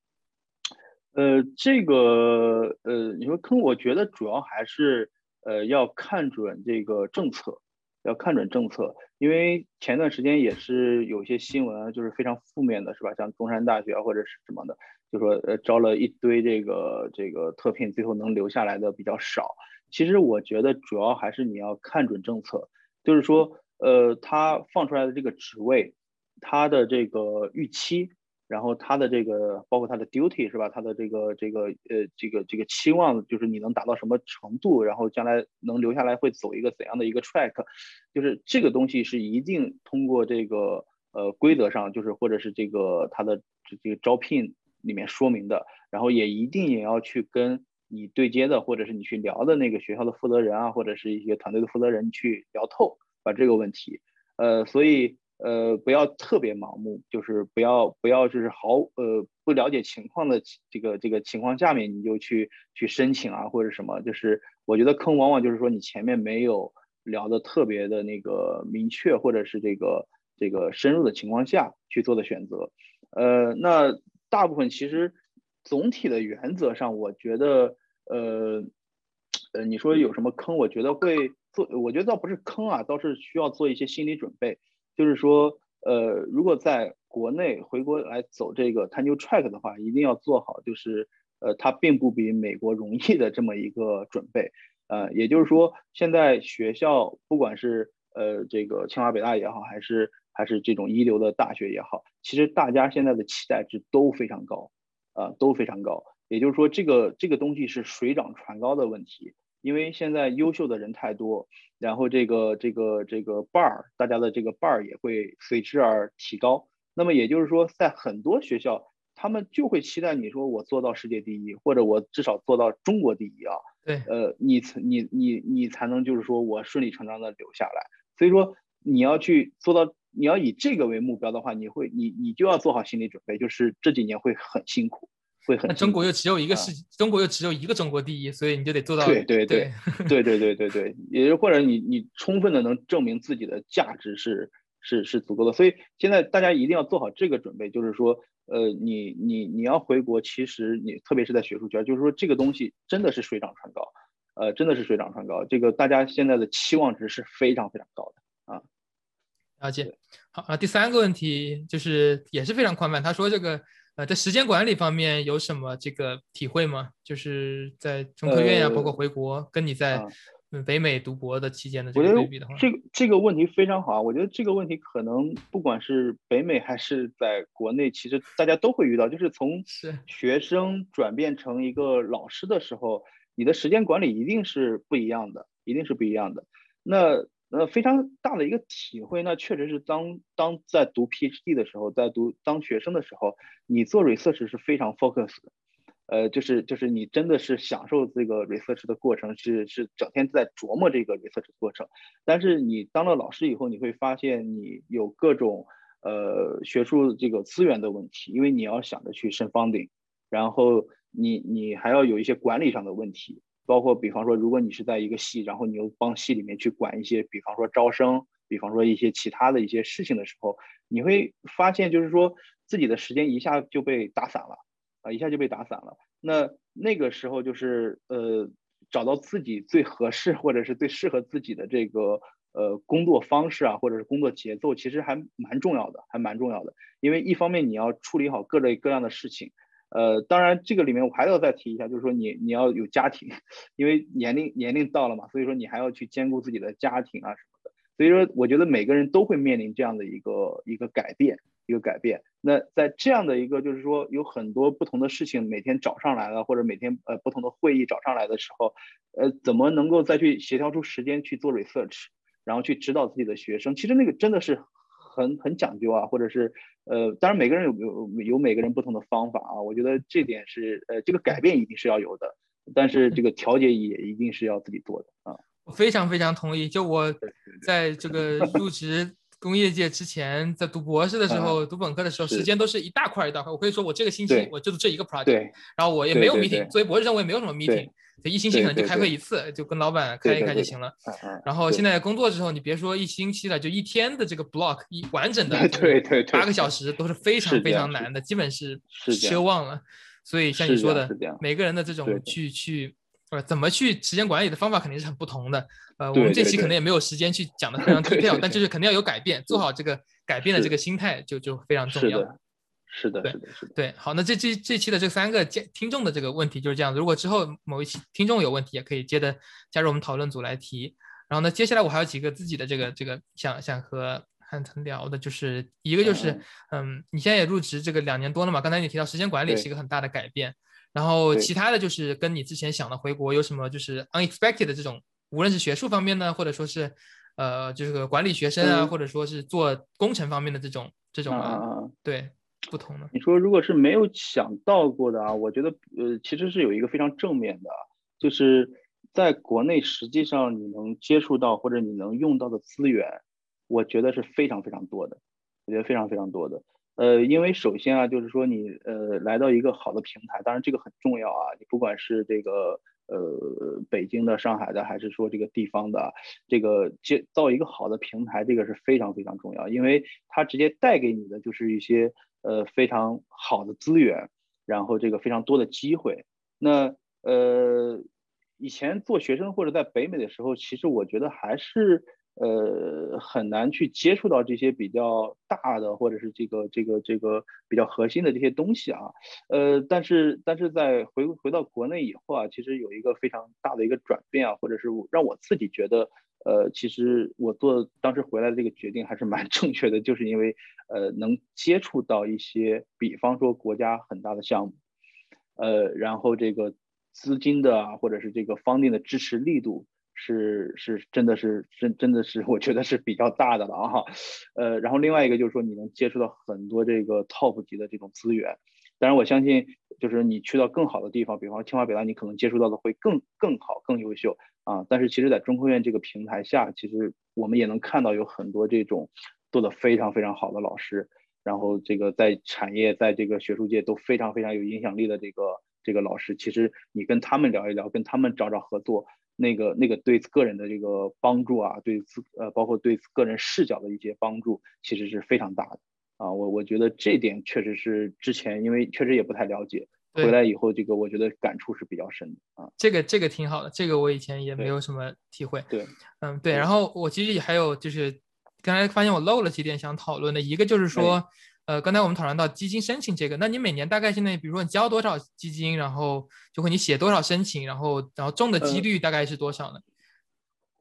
这个你说坑，我觉得主要还是要看准这个政策，要看准政策，因为前段时间也是有些新闻就是非常负面的，是吧？像中山大学或者是什么的，就说招了一堆这个特聘，最后能留下来的比较少。其实我觉得主要还是你要看准政策，就是说他放出来的这个职位，他的这个预期。然后他的这个包括他的 duty 是吧？他的这个期望就是你能达到什么程度，然后将来能留下来会走一个怎样的一个 track，就是这个东西是一定通过这个规则上，就是或者是这个他的这个招聘里面说明的，然后一定也要去跟你对接的或者是你去聊的那个学校的负责人啊，或者是一些团队的负责人去聊透，把这个问题，所以。不要特别盲目，就是不要就是不了解情况的这个情况下面你就去申请啊或者什么，就是我觉得坑往往就是说你前面没有聊的特别的那个明确或者是这个深入的情况下去做的选择，那大部分其实总体的原则上，我觉得你说有什么坑，我觉得会做，我觉得倒不是坑啊，倒是需要做一些心理准备。就是说，如果在国内回国来走这个 tenure track 的话，一定要做好，就是它并不比美国容易的这么一个准备。也就是说，现在学校不管是这个清华北大也好，还是这种一流的大学也好，其实大家现在的期待值都非常高，都非常高。也就是说，这个东西是水涨船高的问题，因为现在优秀的人太多。然后这个 bar， 大家的这个 bar 也会随之而提高。那么也就是说，在很多学校，他们就会期待你说我做到世界第一，或者我至少做到中国第一啊。 对， 你才能就是说我顺理成章的留下来。所以说你要去做到，你要以这个为目标的话，你就要做好心理准备，就是这几年会很辛苦，会那很辛苦中国又只有一个中国第一，所以你就得做到对对对对。 对对对对对，也就或者你充分的能证明自己的价值是足够的，所以现在大家一定要做好这个准备，就是说，你要回国，其实你特别是在学术圈，就是说这个东西真的是水涨船高，真的是水涨船高，这个大家现在的期望值是非常非常高的啊。 了解。 对， 好啊，第三个问题就是也是非常宽泛，他说这个在时间管理方面有什么这个体会吗？就是在中科院呀、包括呃回国，跟你在啊。 北美读博的期间的这我觉得个对比的话， 这个问题非常好啊。我觉得这个问题可能不管是北美还是在国内，其实大家都会遇到，就是从是学生转变成一个老师的时候，你的时间管理一定是不一样的，一定是不一样的。那非常大的一个体会，那确实是当在读 PhD 的时候，当学生的时候，你做 research 是非常 focus 的。就是你真的是享受这个 research 的过程，是整天在琢磨这个 research 的过程。但是你当了老师以后，你会发现你有各种学术这个资源的问题，因为你要想着去申 funding，然后你还要有一些管理上的问题，包括比方说，如果你是在一个系，然后你又帮系里面去管一些，比方说招生，比方说一些其他的一些事情的时候，你会发现就是说自己的时间一下就被打散了。一下就被打散了。那个时候就是找到自己最合适或者是最适合自己的这个工作方式啊，或者是工作节奏，其实还蛮重要的，还蛮重要的。因为一方面你要处理好各类各样的事情，当然这个里面我还要再提一下，就是说你要有家庭，因为年龄到了嘛，所以说你还要去兼顾自己的家庭啊什么的。所以说，我觉得每个人都会面临这样的一个改变。一个改变。那在这样的一个就是说有很多不同的事情每天找上来了，或者每天不同的会议找上来的时候，怎么能够再去协调出时间去做 research，然后去指导自己的学生？其实那个真的是很讲究啊，或者是当然每个人有每个人不同的方法啊。我觉得这点是这个改变一定是要有的，但是这个调节也一定是要自己做的啊。 我非常非常同意。就我在这个入职工业界之前，在读博士的时候，读本科的时候，时间都是一大块一大块。我可以说，我这个星期我就这一个 project，然后我也没有 meeting，作为博士生我也没有什么 meeting，就一星期可能就开会一次，就跟老板开一开就行了。然后现在工作之后，你别说一星期了，就一天的这个 block，一完整的8个小时都是非常非常难的，基本是奢望了。所以像你说的，每个人的这种怎么去时间管理的方法肯定是很不同的。我们这期可能也没有时间去讲的非常 detail，但就是肯定要有改变，做好这个改变的这个心态就非常重要。 是的， 对，好，那这期的这3个听众的这个问题就是这样。如果之后某一期听众有问题，也可以接着加入我们讨论组来提。然后呢，接下来我还有几个自己的这个想和汉腾聊的，就是一个就是你现在也入职这个2年多了嘛，刚才你提到时间管理是一个很大的改变。然后其他的就是跟你之前想的回国有什么就是 unexpected 的这种，无论是学术方面呢，或者说是就是管理学生啊，或者说是做工程方面的这种对不同的。 你说如果是没有想到过的啊，我觉得其实是有一个非常正面的，就是在国内实际上你能接触到或者你能用到的资源，我觉得是非常非常多的，我觉得非常非常多的。因为首先啊，就是说你来到一个好的平台，当然这个很重要啊。你不管是这个北京的、上海的，还是说这个地方的，这个造一个好的平台，这个是非常非常重要，因为它直接带给你的就是一些非常好的资源，然后这个非常多的机会。那以前做学生或者在北美的时候，其实我觉得还是很难去接触到这些比较大的或者是这个比较核心的这些东西啊。但是在回到国内以后啊，其实有一个非常大的一个转变啊，或者是让我自己觉得其实我当时回来的这个决定还是蛮正确的，就是因为能接触到一些比方说国家很大的项目，然后这个资金的或者是这个funding的支持力度是真的是我觉得是比较大的了啊。然后另外一个就是说你能接触到很多这个 top 级的这种资源，当然我相信就是你去到更好的地方，比方说清华北大，你可能接触到的会更好更优秀啊。但是其实在中科院这个平台下，其实我们也能看到有很多这种做的非常非常好的老师，然后这个在产业在这个学术界都非常非常有影响力的这个老师，其实你跟他们聊一聊，跟他们找合作，那个对个人的这个帮助啊，包括对个人视角的一些帮助，其实是非常大的啊。我觉得这点确实是之前因为确实也不太了解，回来以后这个我觉得感触是比较深的啊。 这个挺好的，这个我以前也没有什么体会。 对， 对。然后我其实还有就是刚才发现我漏了几点想讨论的，一个就是说，刚才我们讨论到基金申请这个，那你每年大概现在，比如说你交多少基金，然后就会你写多少申请，然后中的几率大概是多少呢？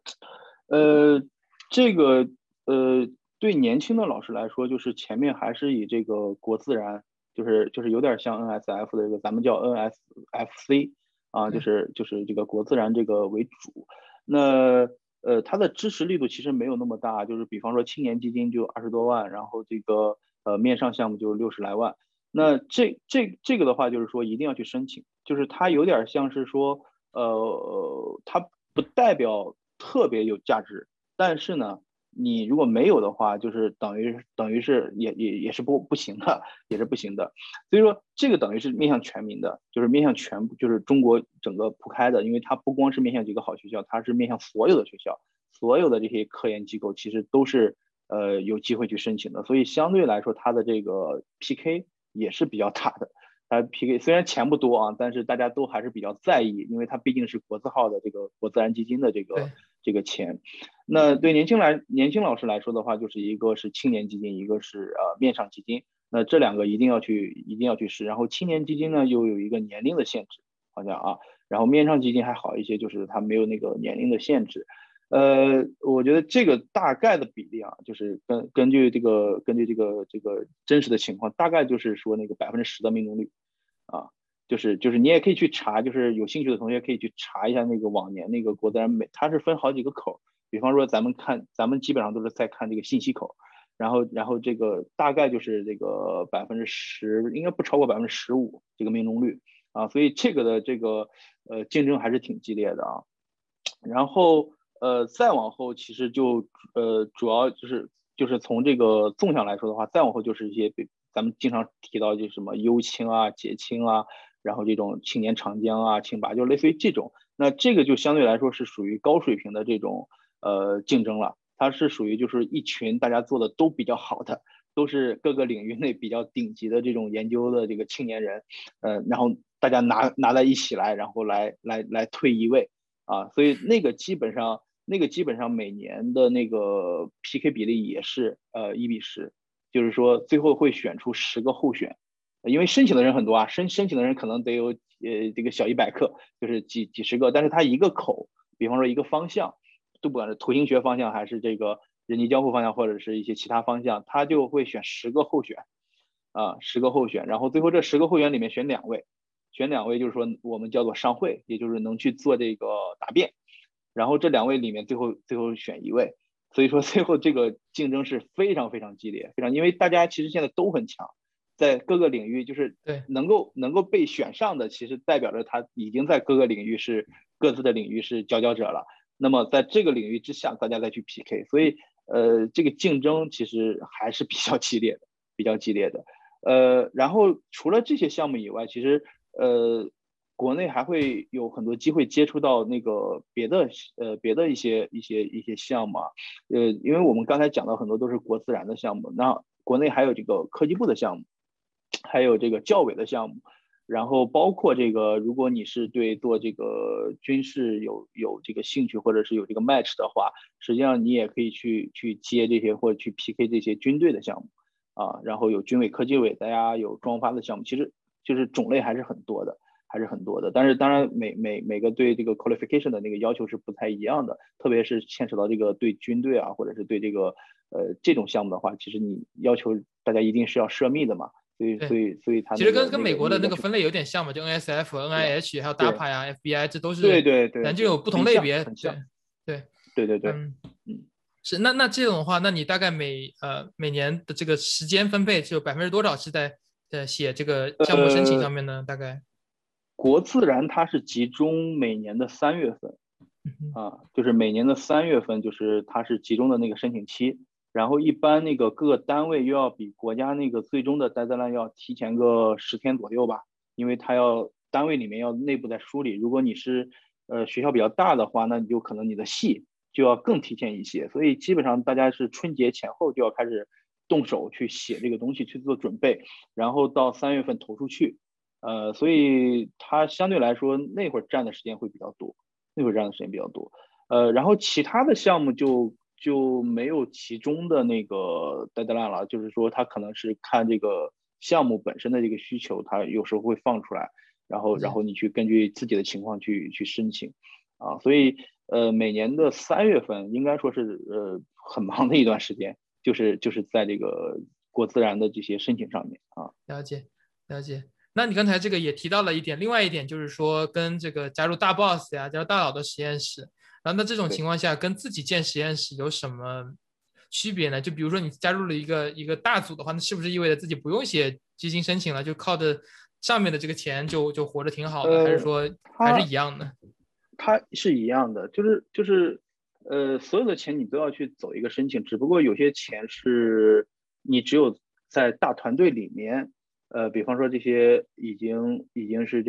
呃，这个对年轻的老师来说，就是前面还是以这个国自然，就是有点像 NSF 的这个，咱们叫 NSFC 啊，就对是就是这个国自然这个为主。那它的支持力度其实没有那么大，就是比方说青年基金就20多万，然后这个面上项目就60来万。那这个的话，就是说一定要去申请，就是它有点像是说，它不代表特别有价值，但是呢，你如果没有的话，就是等于是也是不行的，也是不行的。所以说这个等于是面向全民的，就是面向全部，就是中国整个铺开的，因为它不光是面向几个好学校，它是面向所有的学校，所有的这些科研机构其实都是有机会去申请的，所以相对来说它的这个 PK 也是比较大的。它 PK 虽然钱不多啊，但是大家都还是比较在意，因为它毕竟是国字号的这个国自然基金的对， 这个钱。那对年轻老师来说的话，就是一个是青年基金，一个是面上基金。那这两个一定要去试。然后青年基金呢又有一个年龄的限制，好像啊，然后面上基金还好一些，就是它没有那个年龄的限制。我觉得这个大概的比例啊，就是根据这个真实的情况，大概就是说那个10%的命中率啊，就是你也可以去查，就是有兴趣的同学可以去查一下那个往年那个国自然它是分好几个口，比方说咱们基本上都是在看这个信息口，然后这个大概就是这个10%，应该不超过15%这个命中率啊，所以这个的这个竞争还是挺激烈的啊。然后再往后其实就主要就是从这个纵向来说的话，再往后就是一些咱们经常提到就什么优青啊、节青啊，然后这种青年长江啊、青拔，就类似于这种。那这个就相对来说是属于高水平的这种竞争了，它是属于就是一群大家做的都比较好的，都是各个领域内比较顶级的这种研究的这个青年人，然后大家拿在一起来，然后来推一位。啊，所以那个基本上每年的那个 PK 比例也是1:10，就是说最后会选出10个候选，因为申请的人很多啊，申请的人可能得有这个小100个，就是几十个，但是它一个口，比方说一个方向，都不管是图形学方向还是这个人机交互方向或者是一些其他方向，他就会选十个候选啊，十个候选，然后最后这10个候选里面选两位就是说我们叫做商会，也就是能去做这个答辩，然后这2位里面最后选一位，所以说最后这个竞争是非常非常激烈，非常，因为大家其实现在都很强，在各个领域就是对， 能够被选上的，其实代表着他已经在各个领域是各自的领域是佼佼者了。那么在这个领域之下，大家再去 PK，所以这个竞争其实还是比较激烈的，比较激烈的。然后除了这些项目以外，其实国内还会有很多机会接触到那个别的一些项目啊，因为我们刚才讲到很多都是国自然的项目，那国内还有这个科技部的项目，还有这个教委的项目，然后包括这个，如果你是对做这个军事有这个兴趣，或者是有这个 match 的话，实际上你也可以去接这些或者去 PK 这些军队的项目啊，然后有军委科技委的呀，有装发的项目，其实就是种类还是很多的。还是很多的，但是当然每个对这个 qualification 的那个要求是不太一样的，特别是牵扯到这个对军队啊，或者是对这个这种项目的话，其实你要求大家一定是要涉密的嘛，所以对， 所以所以他其实那个跟美国的那个那个要求那个分类有点像嘛，就 NSF、 是吧？ NIH 还有对 DARPA 呀、FBI，这都是对对对对， 研究有不同很像类别。 很像， 对对， 对对对， 嗯， 嗯。 是那这种的话，那你大概每年的这个时间分配就多少是在写这个项目申请呃， 上面呢？大概， 国自然它是集中每年的3月份嗯啊，就是每年的3月份，就是它是集中的那个申请期。然后一般那个各个单位又要比国家那个最终的 deadline 要提前个10天左右吧，因为它要单位里面要内部在梳理。如果你是学校比较大的话，那你就可能你的系就要更提前一些。所以基本上大家是春节前后就要开始动手去写这个东西去做准备，然后到3月份投出去。所以它相对来说那会儿占的时间会比较多，那会儿占的时间比较多。然后其他的项目就没有其中的那个 deadline 了，就是说它可能是看这个项目本身的这个需求，它有时候会放出来，然后理解， 然后你去根据自己的情况去申请啊，所以每年的3月份应该说是很忙的一段时间，就是在这个国自然的这些申请上面啊。 了解，了解。那你刚才这个也提到了一点，另外一点就是说跟这个加入大 boss 呀，加入大佬的实验室，然后那这种情对， 况下跟自己建实验室有什么区别呢？就比如说你加入了一个大组的话，那是不是意味着自己不用写基金申请了，就靠着上面的这个钱就活着挺好的，还是说还是它一样的？ 它是一样的，所有的钱你都要去走一个申请，只不过有些钱是你只有在大团队里面，比方说这些已经是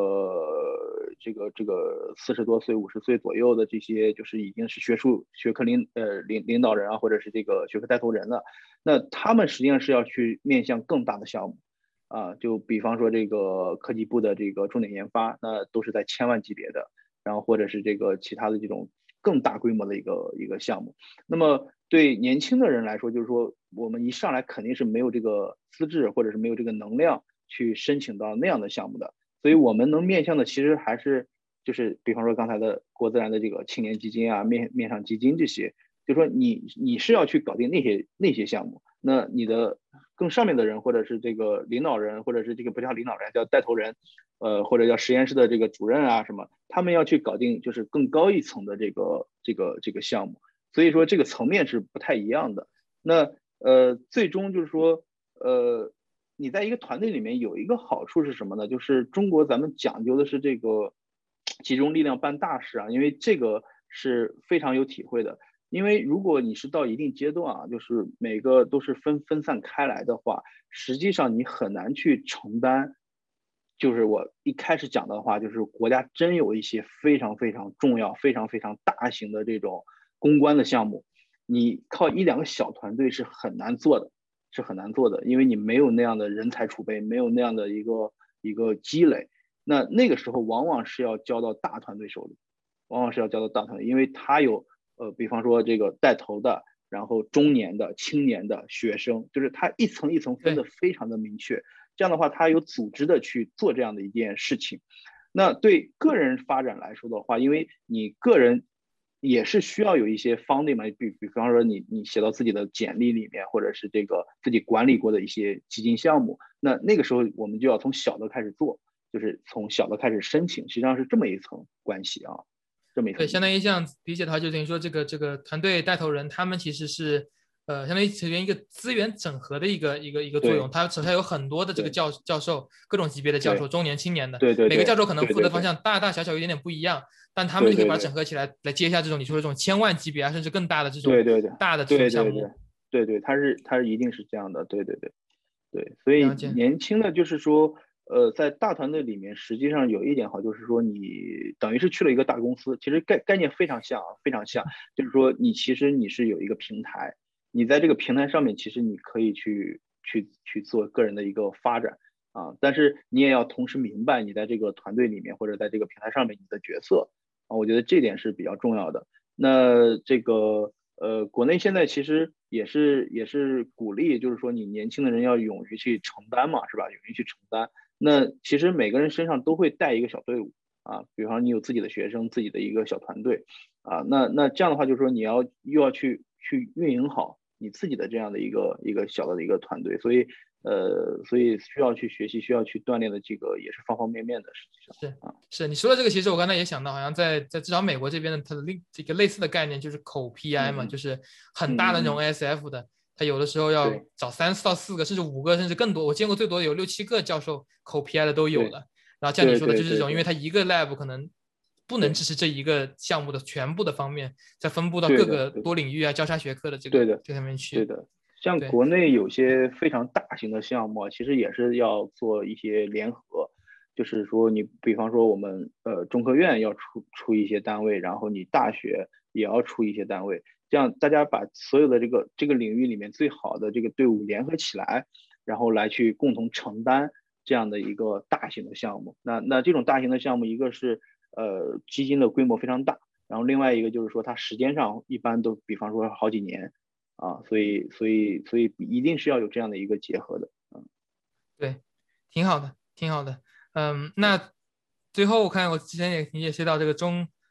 这个40多岁、50岁左右的这些，就是已经是学科领导人啊，或者是这个学科带头人了，那他们实际上是要去面向更大的项目。啊，就比方说这个科技部的这个重点研发，那都是在千万级别的，然后或者是这个其他的这种更大规模的一个项目。那么对年轻的人来说，就是说我们一上来肯定是没有这个资质或者是没有这个能量去申请到那样的项目的，所以我们能面向的其实还是就是比方说刚才的国自然的这个青年基金啊、面上基金这些，就说你是要去搞定那些项目，那你的更上面的人或者是这个领导人，或者是这个不叫领导人叫带头人，或者叫实验室的这个主任啊什么，他们要去搞定就是更高一层的这个项目，所以说这个层面是不太一样的。那最终就是说你在一个团队里面有一个好处是什么呢？就是中国咱们讲究的是这个集中力量办大事啊，因为这个是非常有体会的。因为如果你是到一定阶段啊，就是每个都是分散开来的话，实际上你很难去承担。就是我一开始讲的话，就是国家真有一些非常非常重要、非常非常大型的这种公关的项目，你靠一两个小团队是很难做的，是很难做的，因为你没有那样的人才储备，没有那样的一个积累。那个时候往往是要交到大团队手里，往往是要交到大团队，因为他有比方说这个带头的，然后中年的、青年的学生，就是他一层一层分对， 的非常的明确。这样的话，他有组织的去做这样的一件事情。那对个人发展来说的话，因为你个人也是需要有一些 funding 嘛，比方说你写到自己的简历里面，或者是这个自己管理过的一些基金项目，那个时候我们就要从小的开始做，就是从小的开始申请，实际上是这么一层关系啊，这么一对， 层关系。 相当于这样理解的话，就等于说这个团队带头人他们其实是相当于成员一个资源整合的一个作用。 对他手下有很多的这个对教授，各种级别的教授， 对中年、青年的， 对对对每个教授可能对对对负责方向大大小小有点点不一样，但他们就可以把它整对对对合起来，来接下这种你说的这种千万级别啊，甚至更大的这种对对对大的这种对对对项目。 对对，他是一定是这样的，对对对。对，所以了解， 年轻的就是说，在大团队里面，实际上有一点好，就是说你等于是去了一个大公司，其实概念非常像啊，非常像，就是说你其实是有一个平台，你在这个平台上面，其实你可以去做个人的一个发展啊，但是你也要同时明白你在这个团队里面或者在这个平台上面你的角色啊，我觉得这点是比较重要的。那这个国内现在其实也是鼓励，就是说你年轻的人要勇于去承担嘛，是吧？勇于去承担。那其实每个人身上都会带一个小队伍啊，比方你有自己的学生，自己的一个小团队啊，那这样的话，就是说你又要去运营好你自己的这样的一个小的一个团队，所以需要去学习，需要去锻炼的这个也是方方面面的，实际上是啊， 是，你说的这个，其实我刚才也想到，好像在至少美国这边的它的这个类似的概念就是口 PI 嘛， 嗯就是很大的那种嗯嗯嗯， ASF 的，他有的时候要对找3到4个，甚至5个，甚至更多。我见过最多的有6、7个教授口 PI 的都有对了。然后像你对说的，就是这种，因为对对对他一个 lab 可能不能对支持这一个项目的全部的方面，再分布到各个对的对的多领域啊、交叉学科的这个对的。 这上面去。 对的，像对， 国内有些非常大型的项目啊，其实也是要做一些联合，就是说你比方说我们中科院要出一些单位，然后你大学也要出一些单位，这样大家把所有的这个领域里面最好的这个队伍联合起来，然后来去共同承担这样的一个大型的项目。那这种大型的项目，一个是基金的规模非常大，然后另外一个就是说它时间上一般都比方说好几年。啊，所以一定是要有这样的一个结合的， 对，挺好的，挺好的。 对， 那最后我看我之前也你也提到这个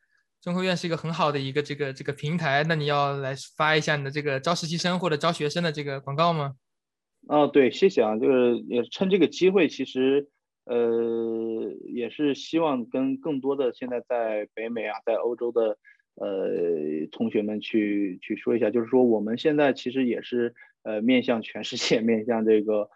中科院是一个很好的一个这个平台，那你要来发一下你的这个招实习生或者招学生的这个广告吗？ 对，谢谢啊，就是也趁这个机会，其实也是希望跟更多的现在在北美啊，在欧洲的同学们去说一下，就是说我们现在其实也是面向全世界，面向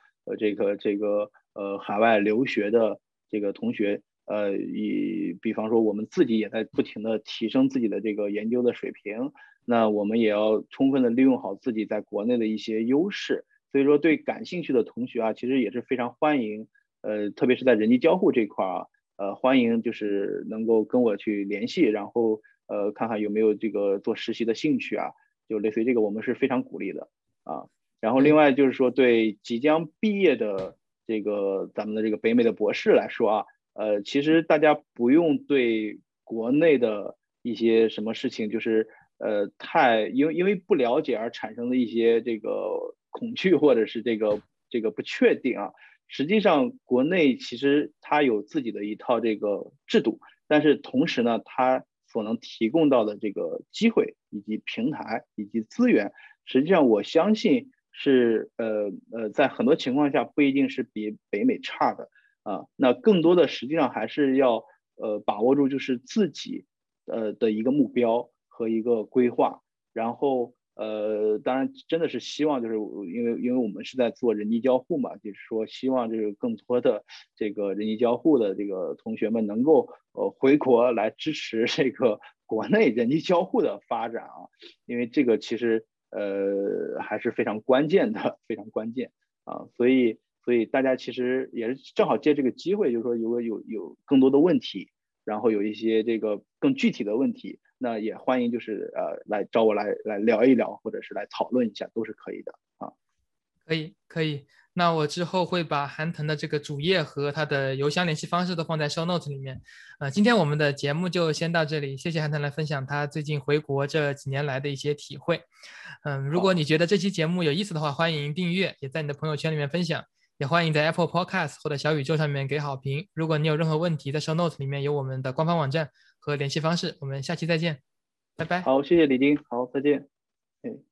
海外留学的这个同学，比方说我们自己也在不停的提升自己的这个研究的水平，那我们也要充分的利用好自己在国内的一些优势。所以说，对感兴趣的同学啊，其实也是非常欢迎，特别是在人机交互这块啊，欢迎就是能够跟我去联系，然后看看有没有这个做实习的兴趣啊，就类似于这个，我们是非常鼓励的啊。然后另对， 外就是说，对即将毕业的这个咱们的这个北美的博士来说啊，其实大家不用对国内的一些什么事情，就是因为不了解而产生的一些这个恐惧或者是这个不确定啊。实际上，国内其实它有自己的一套这个制度，但是同时呢，它所能提供到的这个机会以及平台以及资源，实际上我相信是在很多情况下不一定是比北美差的啊。那更多的实际上还是要把握住就是自己的一个目标和一个规划，然后当然真的是希望就是因为我们是在做人机交互嘛，就是说希望这个更多的这个人机交互的这个同学们能够回国来支持这个国内人机交互的发展啊，因为这个其实还是非常关键的，非常关键啊，所以大家其实也是正好借这个机会，就是说如果有更多的问题，然后有一些这个更具体的问题，那也欢迎就是来找我来聊一聊，或者是来讨论一下，都是可以的啊。 可以可以。那我之后会把韩腾的这个主页和他的邮箱联系方式都放在 show note 里面。今天我们的节目就先到这里，谢谢韩腾来分享他最近回国这几年来的一些体会。如果好， 你觉得这期节目有意思的话，欢迎订阅，也在你的朋友圈里面分享，也欢迎在 Apple Podcast 或者小宇宙上面给好评。如果你有任何问题，在 show note 里面有我们的官方网站和联系方式。我们下期再见，拜拜。 好，谢谢李丁，好，再见。哎。